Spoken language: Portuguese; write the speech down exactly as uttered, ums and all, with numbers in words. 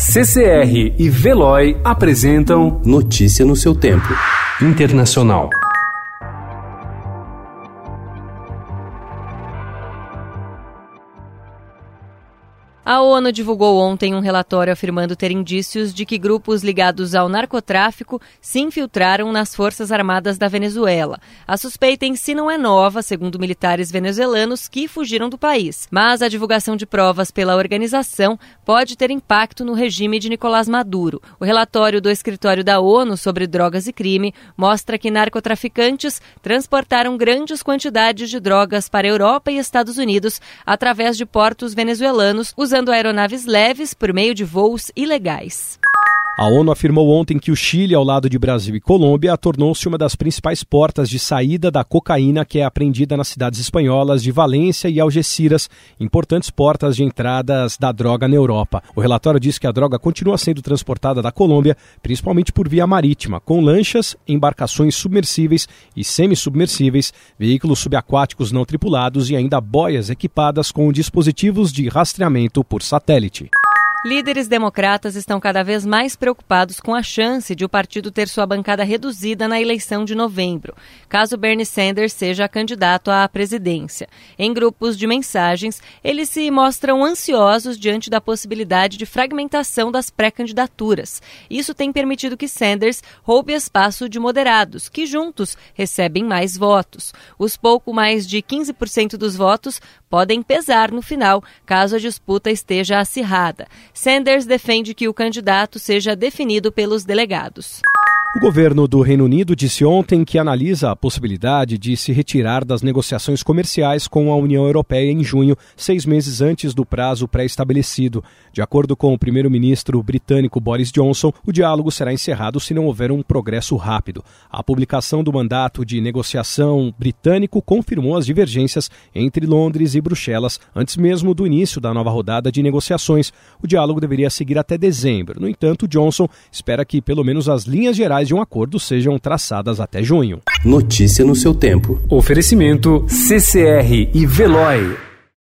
C C R e Veloy apresentam Notícia no seu tempo. Internacional. A ONU divulgou ontem um relatório afirmando ter indícios de que grupos ligados ao narcotráfico se infiltraram nas Forças Armadas da Venezuela. A suspeita em si não é nova, segundo militares venezuelanos que fugiram do país. Mas a divulgação de provas pela organização pode ter impacto no regime de Nicolás Maduro. O relatório do Escritório da ONU sobre Drogas e Crime mostra que narcotraficantes transportaram grandes quantidades de drogas para a Europa e Estados Unidos através de portos venezuelanos, usando usando aeronaves leves por meio de voos ilegais. A ONU afirmou ontem que o Chile, ao lado de Brasil e Colômbia, tornou-se uma das principais portas de saída da cocaína que é apreendida nas cidades espanholas de Valência e Algeciras, importantes portas de entradas da droga na Europa. O relatório diz que a droga continua sendo transportada da Colômbia, principalmente por via marítima, com lanchas, embarcações submersíveis e semissubmersíveis, veículos subaquáticos não tripulados e ainda boias equipadas com dispositivos de rastreamento por satélite. Líderes democratas estão cada vez mais preocupados com a chance de o partido ter sua bancada reduzida na eleição de novembro, caso Bernie Sanders seja candidato à presidência. Em grupos de mensagens, eles se mostram ansiosos diante da possibilidade de fragmentação das pré-candidaturas. Isso tem permitido que Sanders roube espaço de moderados, que juntos recebem mais votos. Os pouco mais de quinze por cento dos votos podem pesar no final, caso a disputa esteja acirrada. Sanders defende que o candidato seja definido pelos delegados. O governo do Reino Unido disse ontem que analisa a possibilidade de se retirar das negociações comerciais com a União Europeia em junho, seis meses antes do prazo pré-estabelecido. De acordo com o primeiro-ministro britânico Boris Johnson, o diálogo será encerrado se não houver um progresso rápido. A publicação do mandato de negociação britânico confirmou as divergências entre Londres e Bruxelas, antes mesmo do início da nova rodada de negociações. O diálogo deveria seguir até dezembro. No entanto, Johnson espera que pelo menos as linhas gerais de um acordo sejam traçadas até junho. Notícia no seu tempo. Oferecimento C C R e Veloy.